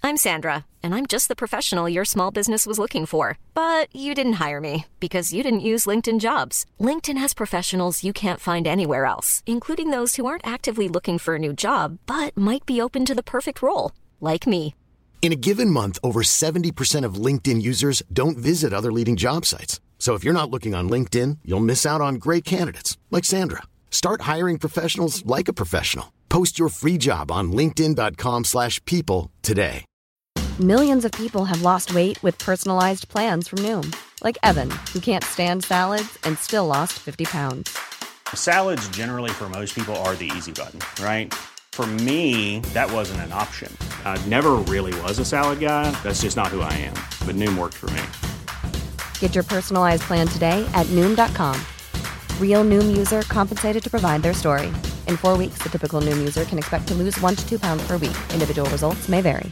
I'm Sandra, and I'm just the professional your small business was looking for. But you didn't hire me because you didn't use LinkedIn Jobs. LinkedIn has professionals you can't find anywhere else, including those who aren't actively looking for a new job, but might be open to the perfect role, like me. In a given month, over 70% of LinkedIn users don't visit other leading job sites. So if you're not looking on LinkedIn, you'll miss out on great candidates like Sandra. Start hiring professionals like a professional. Post your free job on linkedin.com/people today. Millions of people have lost weight with personalized plans from Noom. Like Evan, who can't stand salads and still lost 50 pounds. Salads generally for most people are the easy button, right? For me, that wasn't an option. I never really was a salad guy. That's just not who I am. But Noom worked for me. Get your personalized plan today at Noom.com. Real Noom user compensated to provide their story. In 4 weeks, the typical Noom user can expect to lose 1 to 2 pounds per week. Individual results may vary.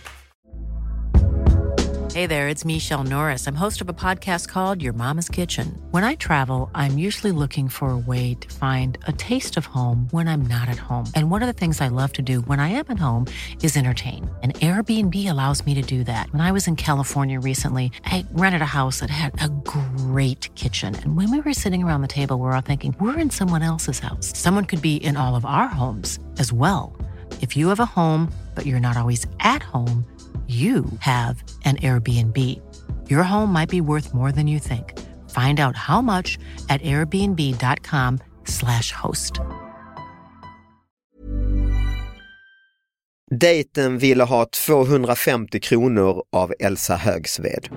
Hey there, it's Michelle Norris. I'm host of a podcast called Your Mama's Kitchen. When I travel, I'm usually looking for a way to find a taste of home when I'm not at home. And one of the things I love to do when I am at home is entertain. And Airbnb allows me to do that. When I was in California recently, I rented a house that had a great kitchen. And when we were sitting around the table, we're all thinking, we're in someone else's house. Someone could be in all of our homes as well. If you have a home, but you're not always at home, you have an Airbnb. Your home might be worth more than you think. Find out how much at airbnb.com/host. Dejten ville ha 250 kronor av Elsa Högsved.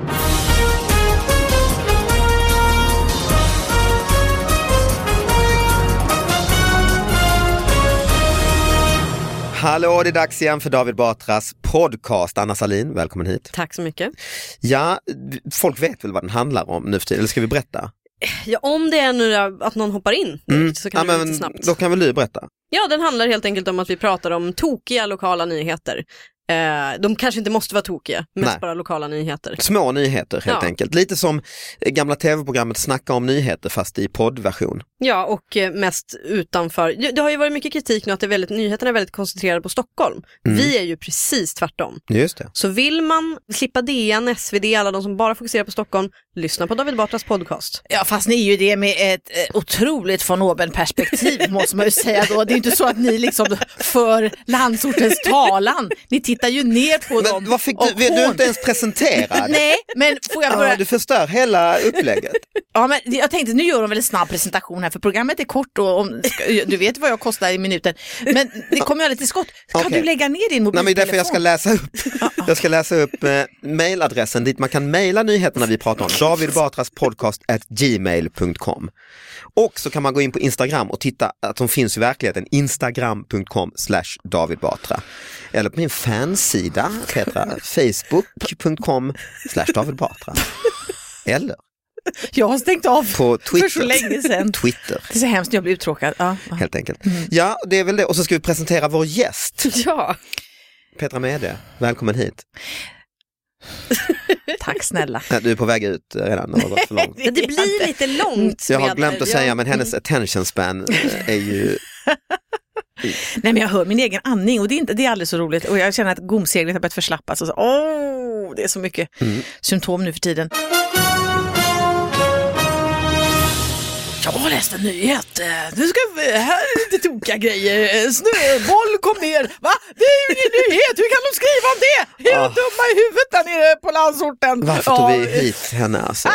Hallå, det är dags igen för David Batras podcast. Anna Salin, välkommen hit. Tack så mycket. Ja, folk vet väl vad den handlar om nu för tiden, eller ska vi berätta? Ja, om det är nu att någon hoppar in så kan det lite snabbt. Då kan väl du berätta? Ja, den handlar helt enkelt om att vi pratar om tokiga lokala nyheter. De kanske inte måste vara tokiga, mest bara lokala nyheter. Små nyheter helt enkelt. Lite som gamla tv-programmet Snacka om nyheter fast i poddversion. Ja, och mest utanför. Det har ju varit mycket kritik nu att nyheterna är väldigt koncentrerade på Stockholm. Vi är ju precis tvärtom. Just det. Så vill man slippa DN, SvD, alla de som bara fokuserar på Stockholm, lyssna på David Batras podcast. Ja, fast ni är ju det med ett otroligt von oben-perspektiv måste man ju säga då. Det är inte så att ni liksom för landsortens talan. Ni tittar ju ner på dem. Men vad fick du är inte ens presenterad? Nej, men får jag börja? Du förstör hela upplägget. Ja, men jag tänkte, nu gör de väl en snabb presentation här, för programmet är kort och du vet vad jag kostar i minuten. Men det kommer jag lite skott. Kan du lägga ner din mobiltelefon? Nej, men därför jag ska läsa upp mailadressen dit man kan mejla nyheterna vi pratar om. davidbatraspodcast@gmail.com. Och så kan man gå in på Instagram och titta att de finns i verkligheten. Instagram.com/davidbatra. Eller på min fansida Petra, facebook.com/davidbatra. Eller jag har stängt av på Twitter. För så länge sedan. Twitter. Det är så hemskt när jag blir uttråkad. Ja. Helt enkelt. Ja, det är väl det. Och så ska vi presentera vår gäst. Ja. Petra Mede, välkommen hit. Tack snälla. Du är på väg ut redan, det har gått för långt. Det blir lite långt. Jag har glömt att säga, men hennes attention span är ju... Nej, men jag hör min egen andning och det är alldeles så roligt. Och jag känner att gomseglet har börjat förslappas. Det är så mycket symptom nu för tiden. Jag har läst en nyhet. Nu ska vi, här är lite tokiga grejer. Snöboll kom ner. Va? Det är ju ingen nyhet. Hur kan de skriva om det? Är de dumma i huvudet där nere på landsorten? Varför tog vi hit henne alltså?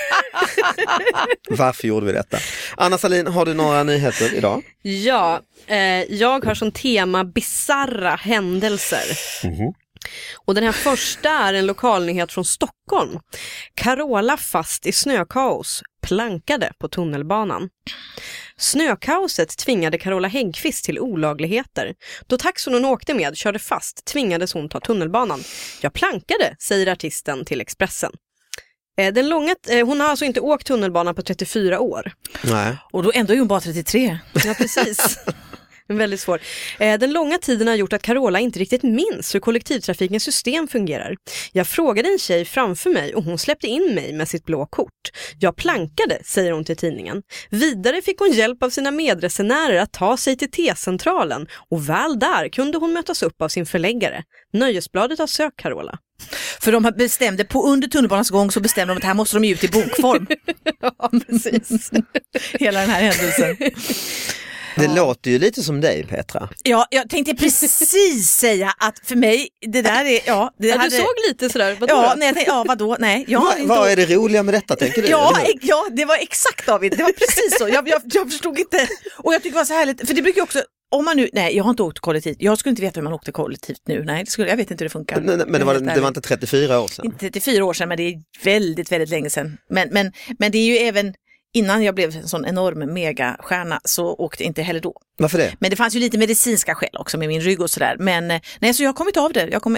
Varför gjorde vi detta? Anna Salin, har du några nyheter idag? Ja, jag har som tema bizarra händelser. Och den här första är en lokalnyhet från Stockholm. Carola fast i snökaos, plankade på tunnelbanan. Snökaoset tvingade Carola Häggkvist till olagligheter. Då taxon hon åkte med körde fast tvingades hon ta tunnelbanan. Jag plankade, säger artisten till Expressen. Hon har alltså inte åkt tunnelbanan på 34 år. Nej. Och då ändå är hon bara 33. Ja, precis. Väldigt svår. Den långa tiden har gjort att Carola inte riktigt minns hur kollektivtrafikens system fungerar. Jag frågade en tjej framför mig och hon släppte in mig med sitt blå kort. Jag plankade, säger hon till tidningen. Vidare fick hon hjälp av sina medresenärer att ta sig till T-centralen och väl där kunde hon mötas upp av sin förläggare. Nöjesbladet har sökt Carola. För de bestämde under tunnelbanans gång så bestämde de att här måste de ut i bokform. Ja, precis. Hela den här händelsen. Det låter ju lite som dig, Petra. Ja, jag tänkte precis säga att för mig, det där är... Ja, det du såg lite sådär, vadå? Ja, nej, vadå? Nej, vad är det roliga med detta, tänker du? Ja, det var exakt, David. Det var precis så. Jag förstod inte. Och jag tycker det var så härligt, för det brukar ju också... Om man nu, nej, jag har inte åkt kollektivt. Jag skulle inte veta hur man åkte kollektivt nu. Nej, jag vet inte hur det funkar. Men det var inte 34 år sedan? Inte 34 år sedan, men det är väldigt, väldigt länge sedan. Men det är ju även... Innan jag blev en sån enorm megastjärna så åkte jag inte heller då. Varför det? Men det fanns ju lite medicinska skäl också med min rygg och sådär. Men nej, så jag har kommit av det. Jag kom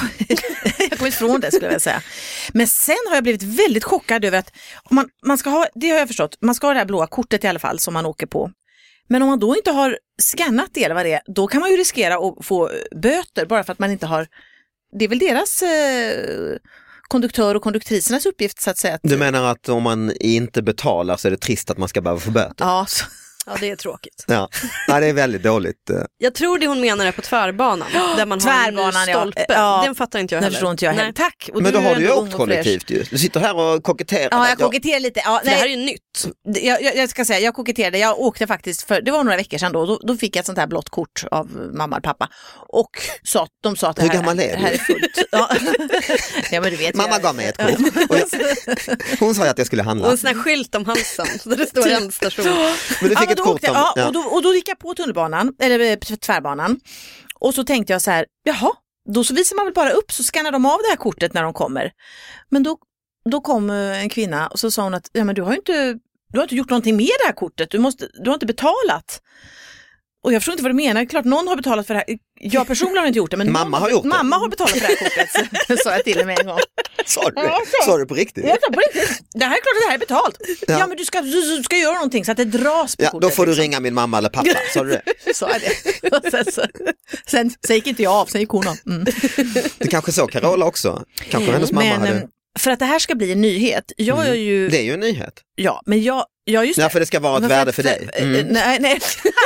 ifrån det, skulle jag säga. Men sen har jag blivit väldigt chockad över att man ska ha, det har jag förstått, man ska ha det här blåa kortet i alla fall som man åker på. Men om man då inte har skannat det eller vad det är, då kan man ju riskera att få böter bara för att man inte har, det är väl deras... konduktör och konduktrisernas uppgift så att säga. Du menar att om man inte betalar så är det trist att man ska behöva få böter? Ja, ja, det är tråkigt. Ja, det är väldigt dåligt. Jag tror det hon menar är på tvärbanan. Där man har en ny stolpe. Ja. Den fattar inte jag heller. Den förstår inte jag heller. Tack. Och men då har du ju åkt kollektivt ju. Du sitter här och koketterar. Ja, jag koketterar lite. Ja, det här är ju nytt. Jag ska säga, jag koketterade. Jag åkte faktiskt det var några veckor sedan då fick jag ett sånt här blått kort av mamma och pappa. Och de sa att det här är fullt. Ja. Ja, men du vet. Mamma gav mig ett kort. Och hon sa att jag skulle handla. Och en sån här skylt om halsen. Där det står en station. Men du fick ett kort om... Och då gick jag på tunnelbanan, eller tvärbanan. Och så tänkte jag så här, jaha, då så visar man väl bara upp så skannar de av det här kortet när de kommer. Men då kom en kvinna och så sa hon att ja, men du har inte gjort någonting med det här kortet. Du har inte betalat. Och jag förstår inte vad du menar. Klart någon har betalat för det här. Jag personligen har inte gjort det, men mamma har gjort det. Mamma har betalat för det här kortet. Sa jag till henne en gång. Sa du på riktigt? Ja, på riktigt. Det här är klart att det här är betalt. Ja, men du ska göra någonting så att det dras på kortet. Då får du ringa min mamma eller pappa. Sa du det? Sa jag det. Sen gick inte jag av, sen gick hon av. Mm. Det kanske så Carola också. Kanske hennes mamma hade... För att det här ska bli en nyhet. Det är ju en nyhet. Ja, men just det. Ja, för det ska vara ett värde för dig. Nej.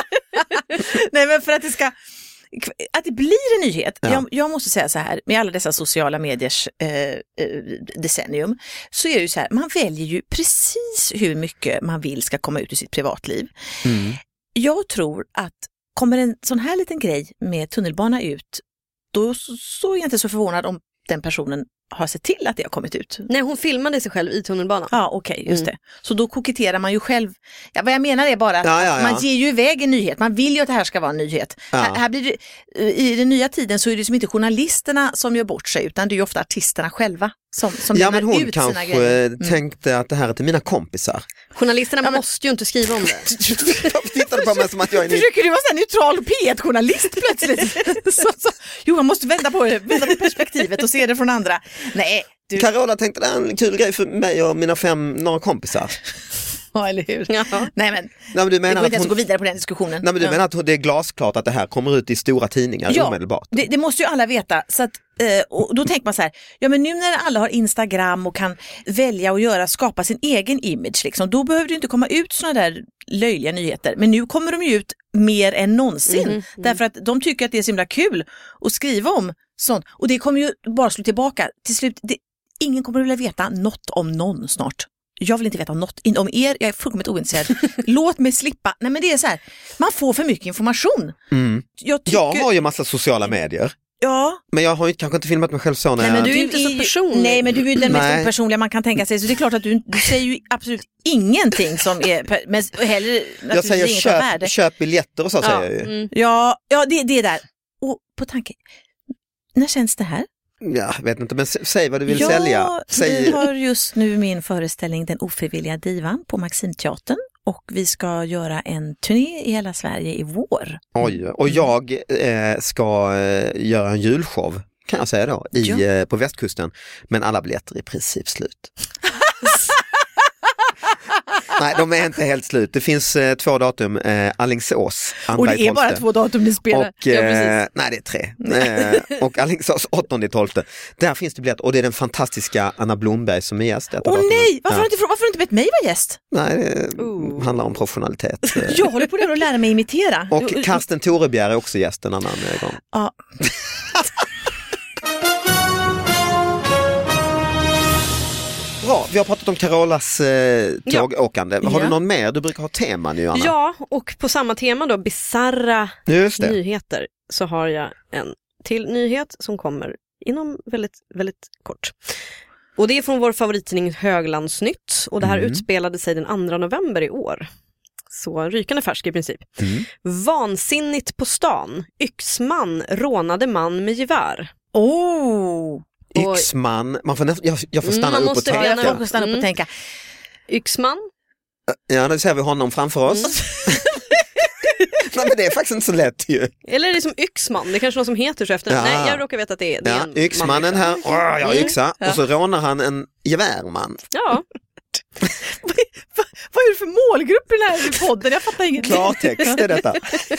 Nej, men för att att det blir en nyhet. Ja. Jag måste säga så här, med alla dessa sociala mediers decennium, så är det ju så här, man väljer ju precis hur mycket man vill ska komma ut ur sitt privatliv. Mm. Jag tror att kommer en sån här liten grej med tunnelbana ut, då så är jag inte så förvånad om den personen har sett till att det har kommit ut. Nej, hon filmade sig själv i tunnelbanan. Ja, okej, just det. Så då koketterar man ju själv. Ja, vad jag menar är bara att man ger ju iväg en nyhet. Man vill ju att det här ska vara en nyhet. Ja. Här blir det, i den nya tiden så är det som inte journalisterna som gör bort sig, utan det är ju ofta artisterna själva som men hon kanske tänkte att det här är till mina kompisar. Journalisterna måste ju inte skriva om det. Tittade på mig som att jag är försöker du vara så neutral P1-journalist plötsligt? Jo, man måste vända på perspektivet och se det från andra. Nej, Carola tänkte det är en kul grej för mig och mina några kompisar. Ja, eller hur? Jaha. Nej, men du menar att hon gå vidare på den diskussionen. Nej, men du menar att det är glasklart att det här kommer ut i stora tidningar omedelbart? Det måste ju alla veta. Så att, och då tänker man så här, ja men nu när alla har Instagram och kan välja och skapa sin egen image, liksom, då behöver det inte komma ut såna där löjliga nyheter. Men nu kommer de ju ut mer än någonsin. Därför att de tycker att det är så himla kul att skriva om sånt. Och det kommer ju bara slå tillbaka. Till slut, ingen kommer vilja veta något om någon snart. Jag vill inte veta något om er, jag är fullkomligt ointresserad. Låt mig slippa. Nej, men det är så här, man får för mycket information. Mm. Jag har ju massa sociala medier. Ja. Men jag har ju kanske inte filmat mig själv så när men du är ju inte så personlig. Nej, men du är ju den mest opersonliga man kan tänka sig. Så det är klart att du säger ju absolut ingenting som är... Men heller, jag säger köp biljetter och så säger jag ju. Ja, det är där. Och på tanke, när känns det här? Ja, vet inte, men säg vad du vill sälja. Vi har just nu min föreställning Den ofrivilliga divan på Maximteatern. Och vi ska göra en turné i hela Sverige i vår. Oj, och jag ska göra en julshow, kan jag säga då, på västkusten. Men alla biljetter är i princip slut. Nej, de är inte helt slut. Det finns 2 datum, Alingsås, 2/12. Och det är bara 2 datum ni spelar. Och, nej, det är 3. Och Alingsås 8/12. Där finns det biljett och det är den fantastiska Anna Blomberg som är gäst. Nej, varför har du inte bett mig vara gäst? Nej, det handlar om professionalitet. Jag håller på det att lära mig imitera. Och Karsten Torebjer är också gäst en annan gång. Ja. Bra, vi har pratat om Carolas tågåkande. Har du någon mer? Du brukar ha teman nu, Anna. Ja, och på samma tema då, bizarra nyheter, så har jag en till nyhet som kommer inom väldigt, väldigt kort. Och det är från vår favorittidning Höglandsnytt och det här utspelade sig den 2 november i år. Så rykande färsk i princip. Vansinnigt på stan. Yxman rånade man med gevär. Yxman, jag får stanna upp och tänka. Jag får stanna upp och tänka. Yxman? Ja, nu ser vi honom framför oss. Nej, men det är faktiskt inte så lätt ju. Eller är det som Yxman? Det är kanske någon som heter så efter. Nej, jag råkar veta att det är en Yxmannen här, jag yxa. Och så rånar han en gevärman. Ja. Vad är det för målgrupp i den här podden? Jag fattar ingenting. Klartext är detta.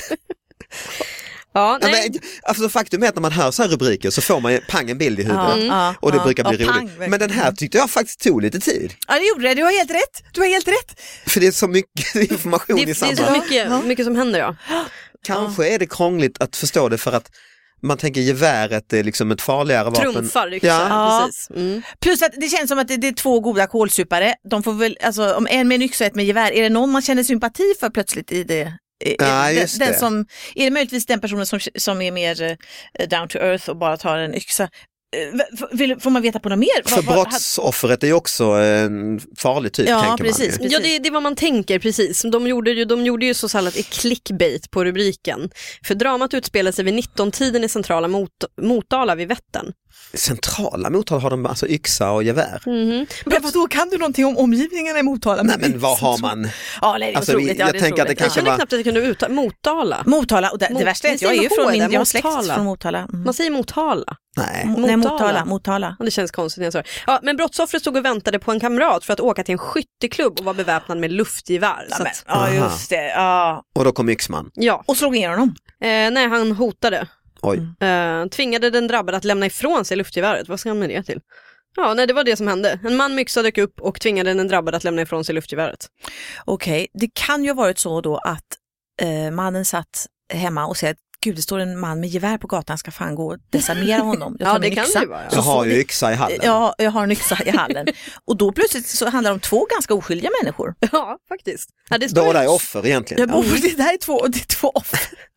Ja, nej. Men, alltså, faktum är att när man hör så här rubriker så får man pang en bild i huvudet och det brukar bli roligt. Men den här tyckte jag faktiskt tog lite tid. Ja, det gjorde det. Du har helt rätt. För det är så mycket information i samband. Det är så mycket som händer, ja. Kanske är det krångligt att förstå det för att man tänker geväret är liksom ett farligare vapen. Trumfar, precis. Plus att det känns som att det är 2 goda kålsupare. De får väl, alltså, om en med en yxa och ett med gevär, är det någon man känner sympati för plötsligt i det? Den som, är det möjligtvis den personen som är mer down to earth och bara tar en yxa? Får man veta på något mer? För brottsoffret är ju också en farlig typ, tänker precis, man. Ja, det är vad man tänker, precis. De gjorde ju så kallat clickbait på rubriken. För dramat utspelar sig vid 19-tiden i centrala Motala vid Vättern. Centrala Motala har de alltså yxa och gevär. Men då kan du någonting om omgivningen i Motala? Nej, men vad har man? Ja, det är alltså, otroligt. Jag tänker att det kanske jag kände knappt att jag kunde uttala Motala. Och det värsta är att jag är ju från jag släkt från Motala. Man säger Motala. Nej, Motala. Det känns konstigt när jag sa. Ja, men brottsoffret stod och väntade på en kamrat för att åka till en skytteklubb och var beväpnad med luftgevär. Ja, just det. Ja. Och då kom yxman. Ja. Och slog ner honom? Nej, han hotade. Oj. Tvingade den drabbade att lämna ifrån sig luftgeväret. Vad ska han med det till? Ja, nej, det var det som hände. En man med yxa dök upp och tvingade den drabbade att lämna ifrån sig luftgeväret. Okej, det kan ju ha varit så då att mannen satt hemma och säger att gud, det står en man med gevär på gatan, ska fan gå och desarmera honom. Ja, det kan det vara. Jag har ju yxa i hallen. Ja, jag har en yxa i hallen. Och då plötsligt så handlar det om 2 ganska oskyldiga människor. Ja, faktiskt. Ja, Båda är offer egentligen. Det här är två offer.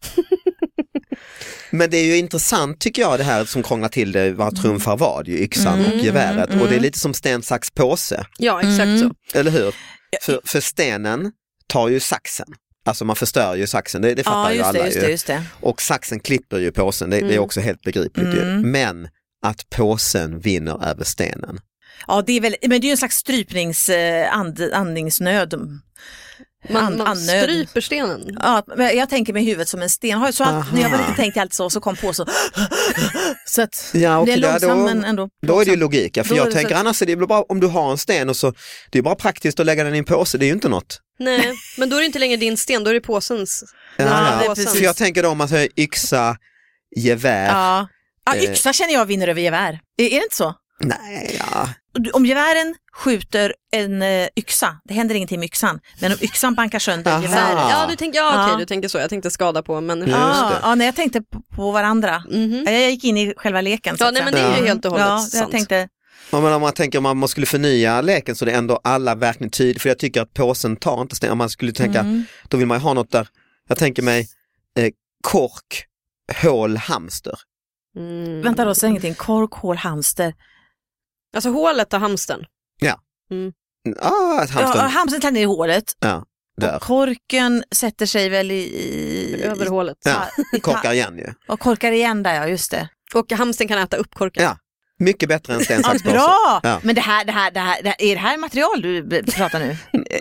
Men det är ju intressant tycker jag det här som krånglar till det, vad trumfar vad, ju yxan och geväret. Och det är lite som sten, sax, påse. Ja, exakt så. Eller hur? För stenen tar ju saxen. Alltså man förstör ju saxen, det fattar ju alla. Just det. Och saxen klipper ju påsen, det är också helt begripligt ju. Men att påsen vinner över stenen. Ja, det är väl, men det är ju en slags andningsnöd. Man stryper stenen. Ja, jag tänker med huvudet som en sten. Så att när jag var lite tänkt allt så kom på så att det är långsam men ändå. Då är det ju logik. För jag tänker annars är det bara om du har en sten och så det är bara praktiskt att lägga den i en påse, det är ju inte något. Nej, men då är det inte längre din sten, då är det påsens. För jag tänker då om man säger yxa, gevär. Ja, yxa känner jag vinner över gevär. Är det inte så? Nej, ja. Om gevären skjuter en yxa, det händer ingenting med yxan. Men om yxan bankar sönder geväret. Ja, du tänker så. Jag tänkte skada på en människa. Nej, jag tänkte på varandra. Jag gick in i själva leken. Ja, nej, men det är ju helt och hållet sant. Jag tänkte... Men om man tänker om man skulle förnya leken så det är ändå alla verkligen tydligt. För jag tycker att påsen tar inte sten. Om man skulle tänka, då vill man ju ha något där. Jag tänker mig kork, hål, hamster. Vänta då, säg ingenting. Kork, hål, hamster. Alltså hålet och hamstern. Ja. Hamstern tar ner i hålet. Ja, där. Och korken sätter sig väl i över hålet. Ja, korkar igen ju. Och korkar igen där, ja, just det. Och hamstern kan äta upp korken. Ja. Mycket bättre än sten, sax, påse. Bra! Ja. Men är det här material du pratar nu?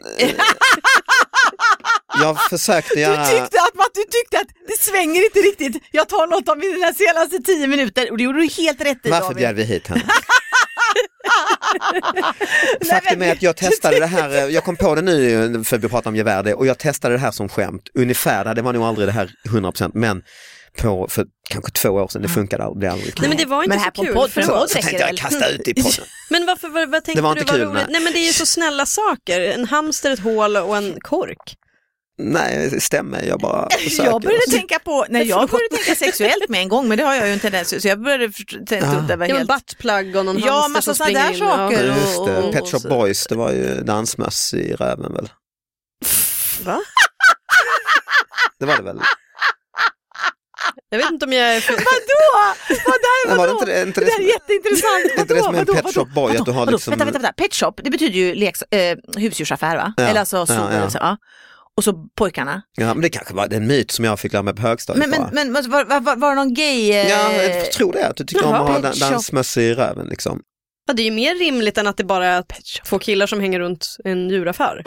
Jag försökte göra... Du tyckte att det svänger inte riktigt. Jag tar något av mina senaste 10 minuter och det gjorde du helt rätt i. Varför bjöd vi hit henne? faktum är att jag testade det här, jag kom på det nu för vi pratade om gevär och jag testade det här som skämt. Ungefär, det var nog aldrig det här 100%, men för kanske 2 år sedan, det funkade aldrig. Nej, men det var inte men här så kul. På så tänkte jag kasta ut i podden. Men vad tänkte det var du inte var kul, roligt? Nej, men det är ju så snälla saker. En hamster, ett hål och en kork. Nej, det stämmer. Jag bara försöker. Jag började tänka på, jag började tänka sexuellt med en gång, men det har jag ju inte tendens, så jag började tänka ut det var helt... helt... buttplug och någon hamster massa som springer där in. saker. Ja, just det. Och Pet Shop Boys, det var ju dansmöss i röven väl? Va? Det var det väl? Jag vet inte om jag är... Vadå? Var det inte det är jätteintressant. Inte det som är en Pet Shop Boy? Att du har liksom... Vänta. Pet Shop, det betyder ju husdjursaffär, va? Ja, Eller alltså, ja. ja. Och så pojkarna. Ja, men det kanske var en myt som jag fick lära mig på högstadiet. Men var det någon gay? Ja, jag tror det. Att du tycker om att ha dansmöss i röven liksom. Ja, det är ju mer rimligt än att det bara är 2 killar som hänger runt en djuraffär.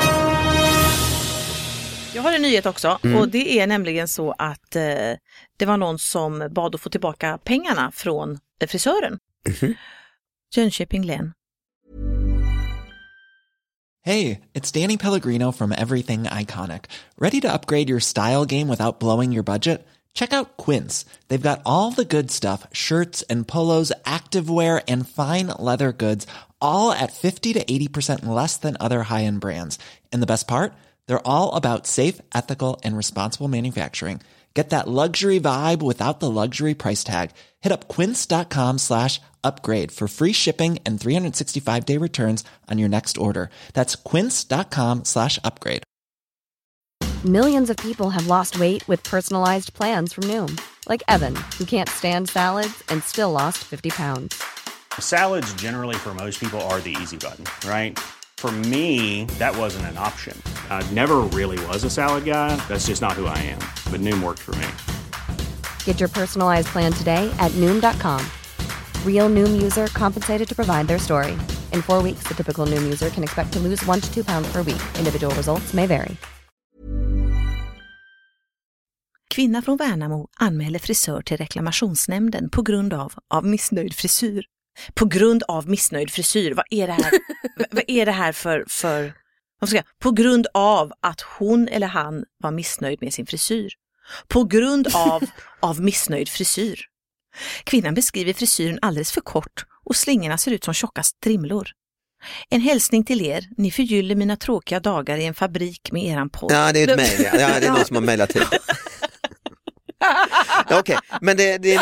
Jag har en nyhet också och det är nämligen så att det var någon som bad att få tillbaka pengarna från frisören. Jönköping län. Hey, it's Danny Pellegrino from Everything Iconic. Ready to upgrade your style game without blowing your budget? Check out Quince. They've got all the good stuff, shirts and polos, activewear and fine leather goods, all at 50 to 80% less than other high-end brands. And the best part? They're all about safe, ethical, and responsible manufacturing. Get that luxury vibe without the luxury price tag. Hit up quince.com/upgrade for free shipping and 365-day returns on your next order. That's quince.com/upgrade. Millions of people have lost weight with personalized plans from Noom. Like Evan, who can't stand salads and still lost 50 pounds. Salads generally for most people are the easy button, right? For me, that wasn't an option. I never really was a salad guy. That's just not who I am. But Noom worked for me. Get your personalized plan today at Noom.com. Real Noom user compensated to provide their story. In 4 weeks, the typical Noom user can expect to lose 1 to 2 pounds per week. Individual results may vary. Kvinna från Värnamo anmäler frisör till reklamationsnämnden på grund av missnöjd frisyr. På grund av missnöjd frisyr. Vad är det här? Vad är det här för på grund av att hon eller han var missnöjd med sin frisyr. På grund av missnöjd frisyr. Kvinnan beskriver frisyren alldeles för kort och slingorna ser ut som tjocka strimlor. En hälsning till er. Ni förgyller mina tråkiga dagar i en fabrik med eran podd. Ja, det är ett mejl. Ja, det är någon som har mejlat till. Ja, okej, men det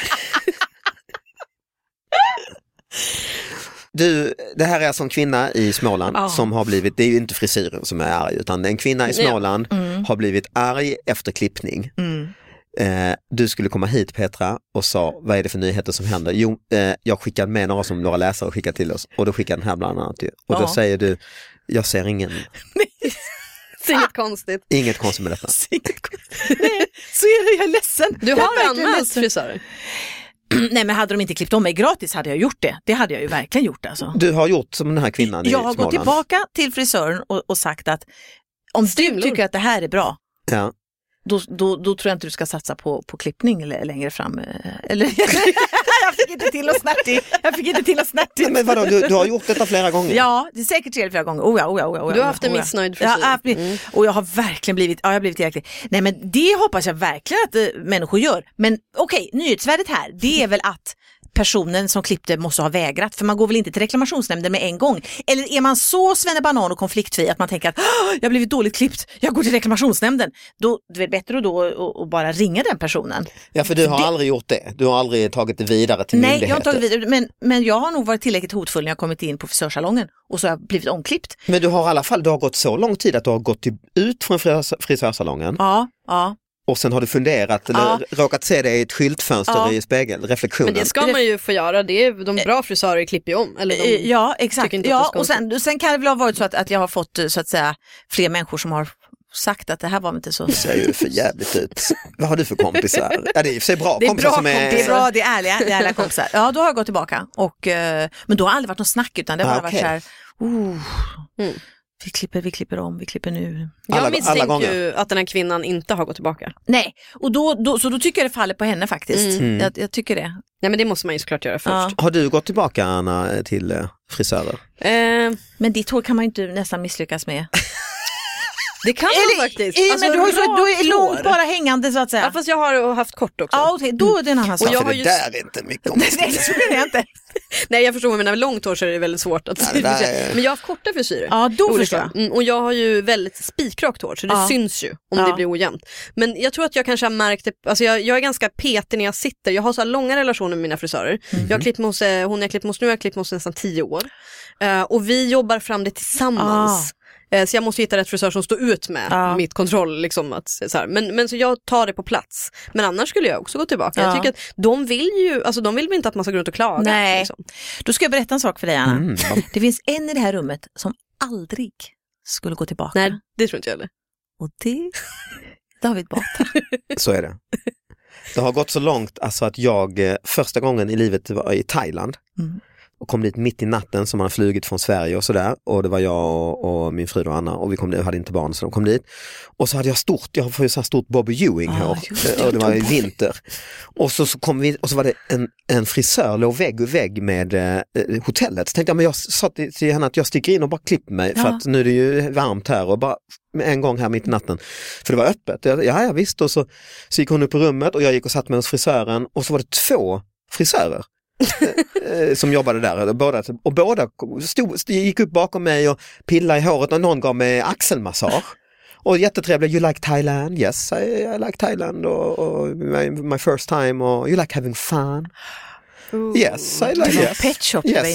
Du, det här är alltså en kvinna i Småland som har blivit, det är ju inte frisyren som är arg, utan en kvinna i Småland har blivit arg efter klippning. Du skulle komma hit, Petra, och sa, vad är det för nyheter som händer? Jo, jag skickade med några läsare och skickade till oss, och då skickade den här bland annat. Och då säger du, jag ser ingen... Inget konstigt. Inget konstigt med detta. Nej, så är det, jag är ledsen. Du har anmält frisörer. Nej, men hade de inte klippt om mig gratis hade jag gjort det. Det hade jag ju verkligen gjort alltså. Du har gjort som den här kvinnan i Jag har Småland. gått tillbaka till frisören och sagt att om du tycker att det här är bra, då tror jag inte du ska satsa på klippning längre fram. Eller jag fick inte till att snärtig. Men vadå, du har gjort detta flera gånger? Ja, det är säkert 3-4 gånger. Du har haft en missnöjd frisyr. Och jag har verkligen blivit tillräcklig. Nej, men det hoppas jag verkligen att människor gör. Men okej, nyhetsvärdet här, det är väl att personen som klippte måste ha vägrat, för man går väl inte till reklamationsnämnden med en gång. Eller är man så svennebanan och konfliktfri att man tänker att jag har blivit dåligt klippt, jag går till reklamationsnämnden, då är det bättre att bara ringa den personen. Ja, för du har aldrig gjort det. Du har aldrig tagit det vidare till myndigheter. Nej, jag har tagit vidare, men jag har nog varit tillräckligt hotfull när jag kommit in på frisörsalongen och så har jag blivit omklippt. Men du har i alla fall, du har gått så lång tid att du har gått ut från frisörsalongen. Ja. Och sen har du funderat eller råkat se det i ett skyltfönster i spegelreflektionen. Men det ska man ju få göra. Det är de bra frisörer klipper ju om. Eller ja, exakt. Ja, och sen kan det väl ha varit så att jag har fått så att säga fler människor som har sagt att det här var inte så. Det ser ju för jävligt ut. Vad har du för kompisar? Ja, det är ju för bra kompisar som är... Det är bra, det är ärliga kompisar. Ja, då har jag gått tillbaka. Men då har aldrig varit någon snack, utan det har bara varit så här... Vi klipper om, vi klipper nu. Jag misstänker ju att den här kvinnan inte har gått tillbaka. Nej, och då tycker jag det faller på henne faktiskt. Jag tycker det. Nej, men det måste man ju såklart göra först. Har du gått tillbaka, Anna, till frisörer? Men ditt hår kan man ju inte nästan misslyckas med. Det kan man faktiskt. Alltså, men du är långt bara hängande så att säga. Ja, fast jag har haft kort också. Ja, okay, då är det en annan sak. För det där är inte mycket om Nej, så är det inte. Nej, jag förstår, men med långt hår så är det väldigt svårt att men jag har haft korta frisyrer. Ja, då förstår jag. Och jag har ju väldigt spikrakt hår, så det syns ju om det blir ojämnt. Men jag tror att jag kanske har märkt det, alltså jag är ganska petig när jag sitter. Jag har så här långa relationer med mina frisörer. Jag har klippt med hos, hon jag klippt med hos nu, jag har klippt med hos nästan 10 år. Och vi jobbar fram det tillsammans. Så jag måste hitta rätt frisör som står ut med mitt kontroll. Liksom, att, så här. Men så jag tar det på plats. Men annars skulle jag också gå tillbaka. Jag tycker att de vill inte att man ska gå runt och klaga. Nej, liksom. Då ska jag berätta en sak för dig, Anna. Det finns en i det här rummet som aldrig skulle gå tillbaka. Nej, det tror inte jag heller. Och det är David Batra. Så är det. Det har gått så långt alltså att jag första gången i livet var i Thailand. Och kom dit mitt i natten som man har flugit från Sverige och sådär. Och det var jag och min fru och Anna. Och vi kom dit, jag hade inte barn så de kom dit. Och så hade jag får ju så här stort Bobby Ewing hår. Och det var i vinter. Och så kom vi, och så var det en frisör låg vägg i vägg med hotellet. Så tänkte jag, men jag sa till henne att jag sticker in och bara klipper mig. För att nu är det ju varmt här och bara en gång här mitt i natten. För det var öppet. Ja visst. Och så gick hon upp på rummet och jag gick och satt med hos frisören. Och så var det 2 frisörer. Som jobbade där och båda gick upp bakom mig och pillade i håret och någon gav mig axelmassage och jättetrevlig. You like Thailand? Yes, I like Thailand och my first time och you like having fun? Yes, I like Pet shop. Yes,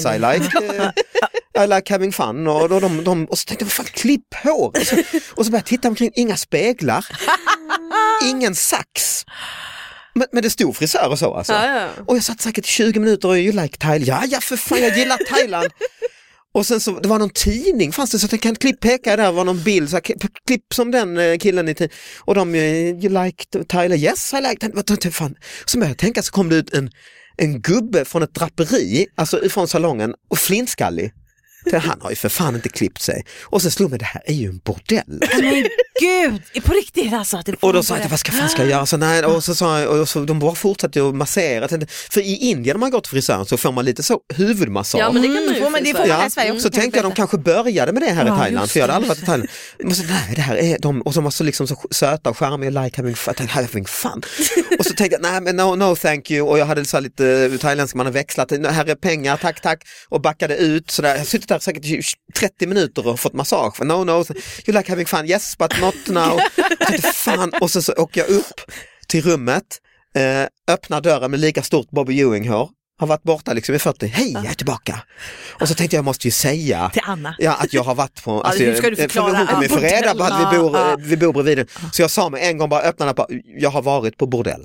I like having fun och så tänkte jag, fan, klipp hår och så började jag titta omkring, inga speglar, ingen sax. Men det stod frisör och så alltså. Ja. Och jag satt säkert 20 minuter och you like Thailand. Ja för fan, jag gillar Thailand. Och sen så, det var någon tidning fanns det så att jag kan peka där, var någon bild, så här, klipp som den killen i och de, you like Thailand? Yes, I like Thailand. Fan. Så började jag tänka, så kom det ut en gubbe från ett draperi, alltså från salongen, och flintskallig. Han har ju för fan inte klippt sig. Och så slog mig, det här är ju en bordell. Men gud, på riktigt alltså. Och då sa jag, vad ska jag göra? Så, nej, och så sa jag, och så de bara fortsatte att massera. För i Indien när man går till frisören så får man lite så huvudmassage. Ja, men det kan man ju får man här i Sverige också. Så tänkte jag, de kanske började med det här i Thailand. För jag hade aldrig varit i Thailand. Men så, nej, det här är de. Och så var så liksom så söta och charmiga, like having fun. Och så tänkte jag, nej men no thank you. Och jag hade så lite thailändska, man har växlat. Här är pengar, tack. Och backade ut. Så där. Jag har suttit där säkert 30 minuter och fått massage. No, you like having fun, yes but not now. Fan. Och så åker jag upp till rummet, öppnar dörren med lika stort Bobby Ewing-hår. Har varit borta liksom i 40. Hej, jag är tillbaka. Och så tänkte jag måste ju säga till Anna. Ja, att jag har varit på... Alltså, nu ska du förklara. Hon kommer få reda på att vi bor bredvid. Så jag sa med en gång, bara öppnade på, jag har varit på bordell.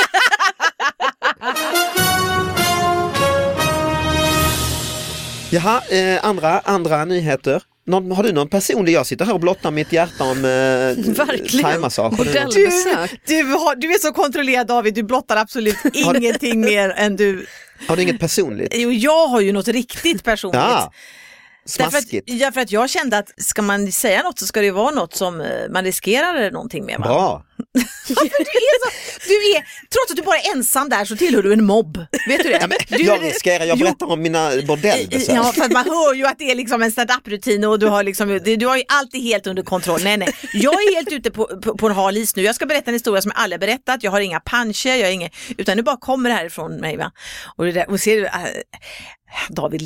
Jaha, andra nyheter. Har du någon personlig? Jag sitter här och blottar mitt hjärta om thaimassage. Du är så kontrollerad, David. Du blottar absolut ingenting mer än du... Har du inget personligt? Jo, jag har ju något riktigt personligt. Ja. Smaskigt. För att jag kände att ska man säga något så ska det vara något som man riskerar någonting med. Bra. Trots att du bara är ensam där så tillhör du en mobb. Vet du det? Ja, jag berättar om mina bordellbesök. Ja, för att man hör ju att det är liksom en stand-up-rutin och du har ju alltid helt under kontroll. Nej. Jag är helt ute på en hal is nu. Jag ska berätta en historia som jag aldrig berättat. Jag har inga puncher, utan nu bara kommer det härifrån mig, va? Och ser du... David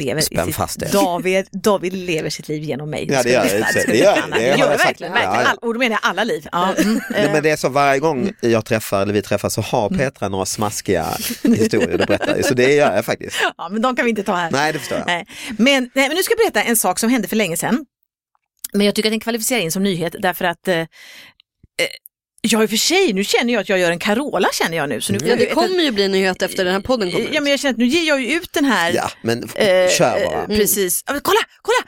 lever sitt liv genom mig. Ja, det gör verkligen. Och då menar jag alla liv. Nej, men det är så varje gång vi träffas så har Petra några smaskiga historier att berätta. Så det gör jag faktiskt. Ja, men de kan vi inte ta här. Nej, det förstår jag. Nej. Men nu ska jag berätta en sak som hände för länge sedan. Men jag tycker att den kvalificerar in som nyhet därför att jag i och för sig, nu känner jag att jag gör en Carola, känner jag nu. Så nu det kommer ju bli en nyhet efter den här podden kommer ut. Ja, men jag känner att nu ger jag ju ut den här. Ja, men kör bara. Precis. Kolla!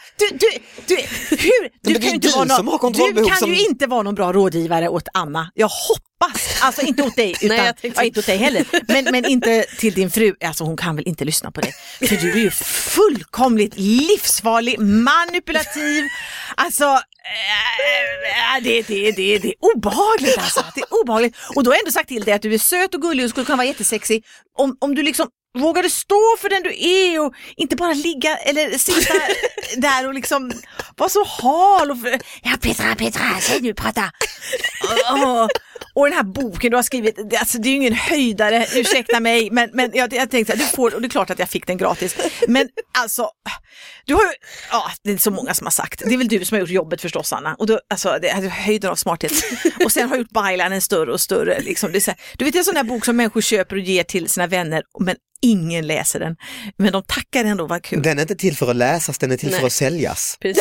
Du kan ju inte vara någon bra rådgivare åt Anna. Jag hoppas, alltså inte åt dig, utan inte åt dig heller. Men inte till din fru. Alltså hon kan väl inte lyssna på dig. För du är ju fullkomligt livsfarlig, manipulativ. Alltså det är obehagligt alltså. Det är obehagligt. Och då har jag ändå sagt till dig att du är söt och gullig och skulle kunna vara jättesexig. Om du liksom Vågar du stå för den du är och inte bara ligga eller sitta där och liksom vara så hal och ja Petra, säg nu, prata. Och den här boken du har skrivit, alltså det är ju ingen höjdare, ursäkta mig, men jag tänkte att du får, och det är klart att jag fick den gratis. Men alltså, du har ju, det är så många som har sagt, det är väl du som har gjort jobbet förstås, Anna. Och då, alltså, det är höjden av smarthet. Och sen har gjort byline större och större. Liksom. Det är så här, du vet, det är en sån här bok som människor köper och ger till sina vänner, men ingen läser den. Men de tackar ändå, vad kul. Den är inte till för att läsas, den är till för att säljas. Precis.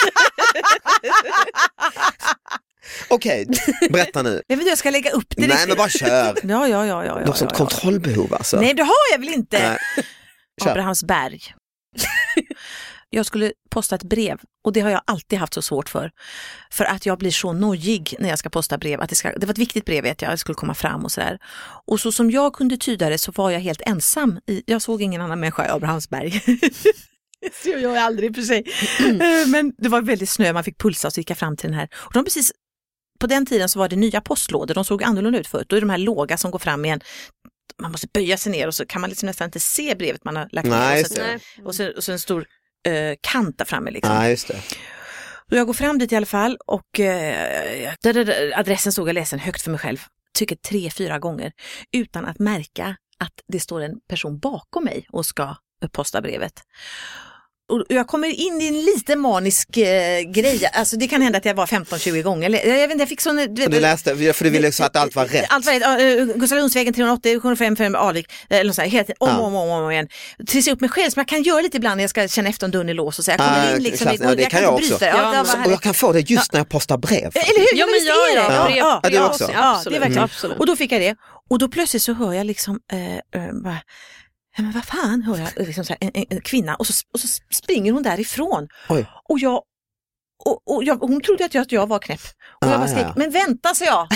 Okej, berätta nu. Jag vet, jag ska lägga upp det. Nej, men bara kör. Ja. Du har sånt kontrollbehov alltså. Nej, det har jag väl inte. Abrahamsberg. Jag skulle posta ett brev och det har jag alltid haft så svårt för. För att jag blir så nojig när jag ska posta brev. Att det var ett viktigt brev, vet jag. Det skulle komma fram och sådär. Och så som jag kunde tyda det så var jag helt ensam. Jag såg ingen annan människa i Abrahamsberg. Så jag är aldrig för sig. Men det var väldigt snö, man fick pulsa och så gick jag fram till den här. Och de precis, på den tiden så var det nya postlådor, de såg annorlunda ut förut. Då är de här låga som går fram igen. Man måste böja sig ner och så kan man liksom nästan inte se brevet man har lagt ner. Och så en stor kant där framme liksom. Ja, just det. Så jag går fram dit i alla fall och adressen stod jag läsen högt för mig själv. Tycker 3-4 gånger utan att märka att det står en person bakom mig och ska posta brevet. Och jag kommer in i en lite manisk grej. Alltså det kan hända att jag var 15-20 gånger. Jag vet inte, jag fick sån... Du läste, för du ville så att allt var rätt. Allt var rätt. Gustav Lundsvägen 380, 755 Alvik. Eller så här, helt om igen. Trissa upp mig själv som jag kan göra lite ibland när jag ska känna efter en dörr i lås och så. Jag kommer in liksom. Det kan jag också. Och jag kan få det just när jag postar brev. Eller hur? Ja, men jag brev också. Ja, det är verkligen. Absolut. Och då fick jag det. Och då plötsligt så hör jag liksom... men vad fan, hör jag liksom så här, en kvinna och så springer hon därifrån. Oj. Och hon trodde att jag var knäpp. Och jag bara skrek, men vänta, så jag.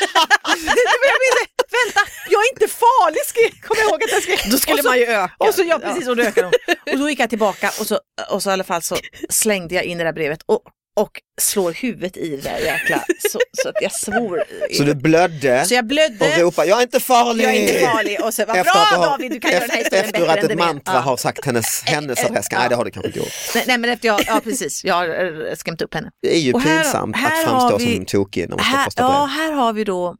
Vänta, jag är inte farlig, kommer jag ihåg att jag skrek. Då skulle man ju öka. Och så, ja, precis, och då ökade hon. Och då gick jag tillbaka och så i alla fall så slängde jag in det där brevet och slår huvudet i det där jäkla så att jag svor. Så du blödde? Så jag blödde. Och ropade, jag är inte farlig! Jag är inte farlig. Och så, vad bra David, du kan göra den här historien bättre än efter att ett mantra har sagt hennes adress. Nej, det har du kanske inte gjort. Nej, men efter precis. Jag har skrämt upp henne. Det är ju pinsamt att framstå som tokig när man ska posta brev. Ja, här har vi då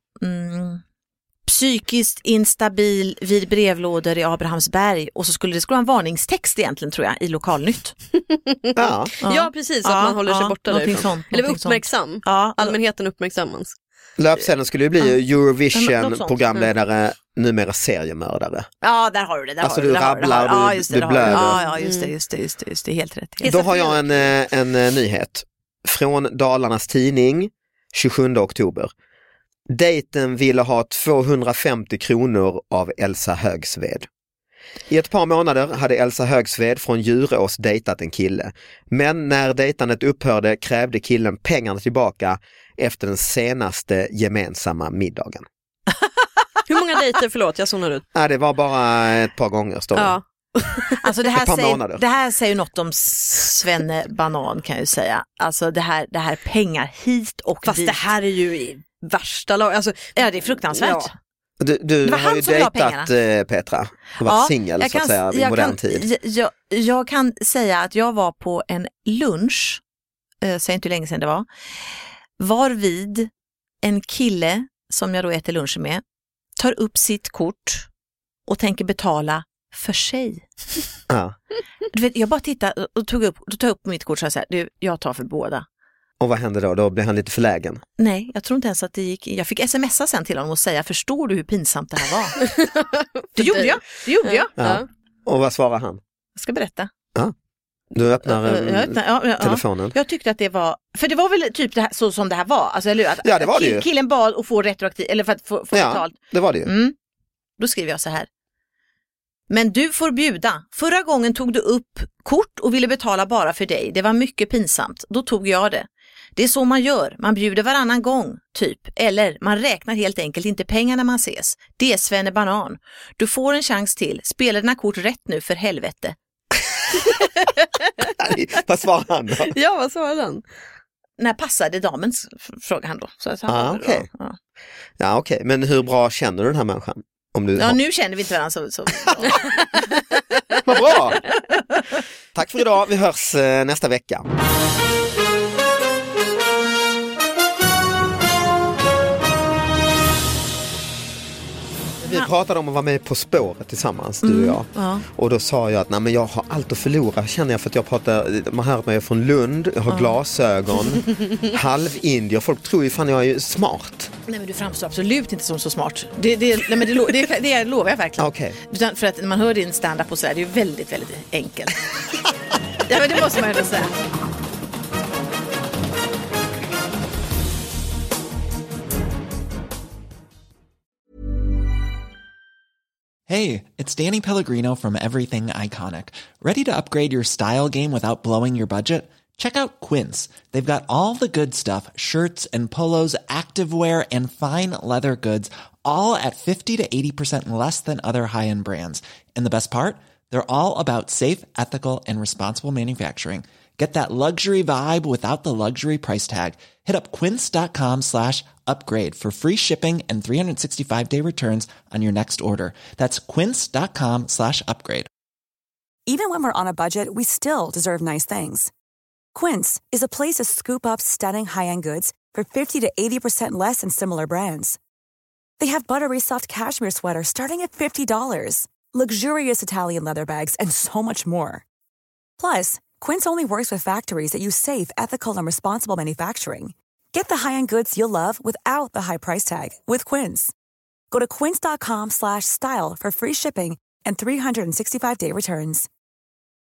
psykiskt instabil vid brevlådor i Abrahamsberg. Och så skulle det vara en varningstext egentligen, tror jag, i Lokalnytt. Ja, precis, att man håller sig borta därifrån. Eller uppmärksam. Allmänheten uppmärksammas. Löpsedeln skulle ju bli Eurovision-programledare, numera seriemördare. Ja, där har du det. Alltså du rabblar, du blöder. Ja, just det, helt rätt. Då har jag en nyhet. Från Dalarnas Tidning, 27 oktober. Dejten ville ha 250 kronor av Elsa Högsved. I ett par månader hade Elsa Högsved från Djurås dejtat en kille. Men när dejtandet upphörde krävde killen pengarna tillbaka efter den senaste gemensamma middagen. Hur många dejter, förlåt, jag zonar ut. Nej, det var bara ett par gånger, står det. Ja. Alltså det här säger något om Svenne Banan, kan jag ju säga. Alltså det här pengar hit och fast dit. Det här är ju i värsta lag. Alltså, ja, det är fruktansvärt. Ja. Du har ju dejtat Petra. Du har varit singel så att säga i modern tid. Jag kan säga att jag var på en lunch, säg inte hur länge sedan det var vid en kille som jag då äter lunch med tar upp sitt kort och tänker betala för sig. Ja. Du vet, jag bara tittar och tog upp mitt kort och sa jag tar för båda. Och vad hände då? Då blev han lite förlägen. Nej, jag tror inte ens att det gick. Jag fick smsa sen till honom och säga, förstår du hur pinsamt det här var? Det gjorde jag. Ja. Och vad svarade han? Jag ska berätta. Ja. Du öppnar telefonen. Jag tyckte att det var, för det var väl typ det här, så som det här var. Alltså, eller att det var det ju. Killen bad att få retroaktivt, eller för att få betalt. Det var det ju. Då skriver jag så här. Men du får bjuda. Förra gången tog du upp kort och ville betala bara för dig. Det var mycket pinsamt. Då tog jag det. Det är så man gör. Man bjuder varannan gång, typ. Eller man räknar helt enkelt inte pengar när man ses. Det är Svenne Banan. Du får en chans till. Spela dina kort rätt nu, för helvete. Vad svarade han då? Ja, vad svarade han? När passade damens, frågade han då. Så okej. Men hur bra känner du den här människan? Om du Ja, nu känner vi inte varandra så. Vad bra! Tack för idag, vi hörs nästa vecka. Vi pratade om att vara med På spåret tillsammans, du och jag. Ja. Och då sa jag att nej, men jag har allt att förlora, känner jag, för att jag pratar, man hör att jag är från Lund, jag har glasögon, halvindier, folk tror ju fan jag är smart. Nej, men du framstår absolut inte som så smart. Det lovar jag verkligen. Okay. Utan för att när man hör din stand-up och så där, det är ju väldigt, väldigt enkelt. Ja, men det måste man ju ändå säga. Hey, it's Danny Pellegrino from Everything Iconic. Ready to upgrade your style game without blowing your budget? Check out Quince. They've got all the good stuff, shirts and polos, activewear, and fine leather goods, all at 50 to 80% less than other high-end brands. And the best part? They're all about safe, ethical, and responsible manufacturing. Get that luxury vibe without the luxury price tag. Hit up quince.com/upgrade for free shipping and 365-day returns on your next order. That's quince.com/upgrade. Even when we're on a budget, we still deserve nice things. Quince is a place to scoop up stunning high-end goods for 50 to 80% less than similar brands. They have buttery soft cashmere sweaters starting at $50, luxurious Italian leather bags, and so much more. Plus, Quince only works with factories that use safe, ethical, and responsible manufacturing. Get the high-end goods you'll love without the high price tag with Quince. Go to quince.com/style for free shipping and 365-day returns.